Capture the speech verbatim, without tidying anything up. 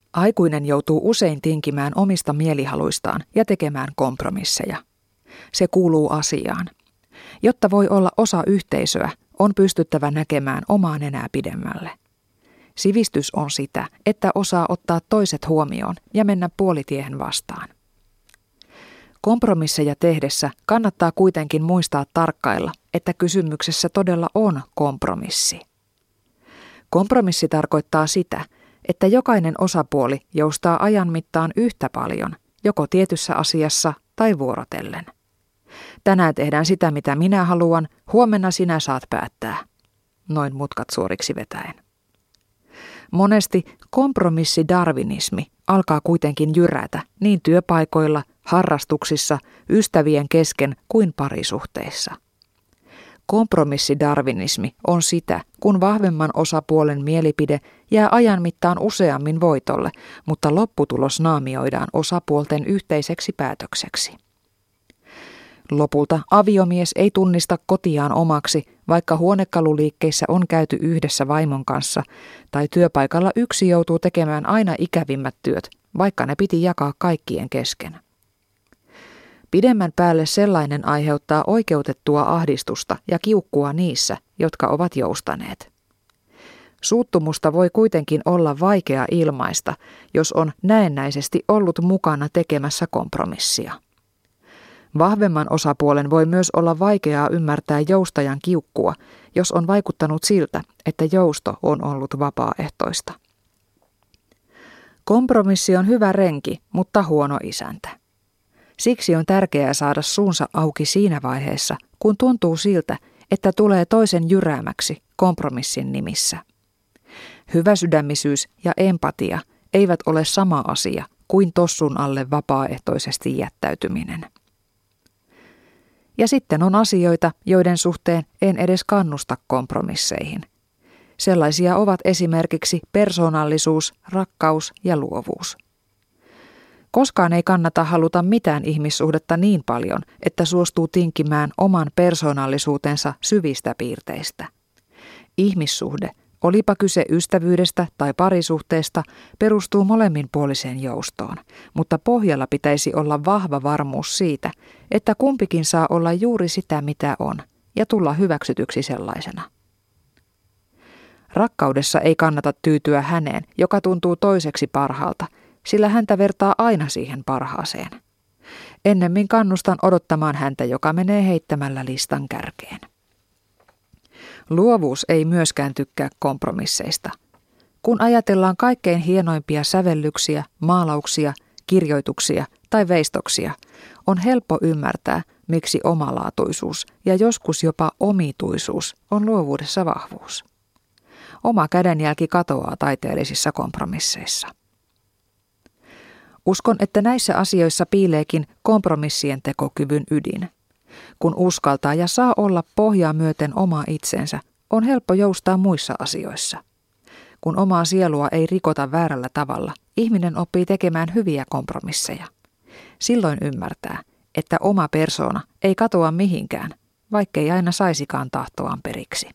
Aikuinen joutuu usein tinkimään omista mielihaluistaan ja tekemään kompromisseja. Se kuuluu asiaan. Jotta voi olla osa yhteisöä, on pystyttävä näkemään omaa nenää pidemmälle. Sivistys on sitä, että osaa ottaa toiset huomioon ja mennä puolitiehen vastaan. Kompromisseja tehdessä kannattaa kuitenkin muistaa tarkkailla, että kysymyksessä todella on kompromissi. Kompromissi tarkoittaa sitä, että jokainen osapuoli joustaa ajan mittaan yhtä paljon, joko tietyssä asiassa tai vuorotellen. Tänään tehdään sitä, mitä minä haluan, huomenna sinä saat päättää. Noin mutkat suoriksi vetäen. Monesti kompromissidarwinismi alkaa kuitenkin jyrätä niin työpaikoilla, harrastuksissa, ystävien kesken kuin parisuhteissa. Kompromissidarwinismi on sitä, kun vahvemman osapuolen mielipide jää ajan mittaan useammin voitolle, mutta lopputulos naamioidaan osapuolten yhteiseksi päätökseksi. Lopulta aviomies ei tunnista kotiaan omaksi, vaikka huonekaluliikkeissä on käyty yhdessä vaimon kanssa, tai työpaikalla yksi joutuu tekemään aina ikävimmät työt, vaikka ne piti jakaa kaikkien kesken. Pidemmän päälle sellainen aiheuttaa oikeutettua ahdistusta ja kiukkua niissä, jotka ovat joustaneet. Suuttumusta voi kuitenkin olla vaikea ilmaista, jos on näennäisesti ollut mukana tekemässä kompromissia. Vahvemman osapuolen voi myös olla vaikeaa ymmärtää joustajan kiukkua, jos on vaikuttanut siltä, että jousto on ollut vapaaehtoista. Kompromissi on hyvä renki, mutta huono isäntä. Siksi on tärkeää saada suunsa auki siinä vaiheessa, kun tuntuu siltä, että tulee toisen jyräämäksi kompromissin nimissä. Hyväsydämisyys ja empatia eivät ole sama asia kuin tossun alle vapaaehtoisesti jättäytyminen. Ja sitten on asioita, joiden suhteen en edes kannusta kompromisseihin. Sellaisia ovat esimerkiksi persoonallisuus, rakkaus ja luovuus. Koskaan ei kannata haluta mitään ihmissuhdetta niin paljon, että suostuu tinkimään oman persoonallisuutensa syvistä piirteistä. Ihmissuhde, olipa kyse ystävyydestä tai parisuhteesta, perustuu molemminpuoliseen joustoon, mutta pohjalla pitäisi olla vahva varmuus siitä, että kumpikin saa olla juuri sitä mitä on ja tulla hyväksytyksi sellaisena. Rakkaudessa ei kannata tyytyä häneen, joka tuntuu toiseksi parhaalta, sillä häntä vertaa aina siihen parhaaseen. Ennemmin kannustan odottamaan häntä, joka menee heittämällä listan kärkeen. Luovuus ei myöskään tykkää kompromisseista. Kun ajatellaan kaikkein hienoimpia sävellyksiä, maalauksia, kirjoituksia tai veistoksia, on helppo ymmärtää, miksi omalaatuisuus ja joskus jopa omituisuus on luovuudessa vahvuus. Oma kädenjälki katoaa taiteellisissa kompromisseissa. Uskon, että näissä asioissa piileekin kompromissien tekokyvyn ydin. Kun uskaltaa ja saa olla pohjaa myöten omaa itsensä, on helppo joustaa muissa asioissa. Kun omaa sielua ei rikota väärällä tavalla, ihminen oppii tekemään hyviä kompromisseja. Silloin ymmärtää, että oma persoona ei katoa mihinkään, vaikkei aina saisikaan tahtoaan periksi.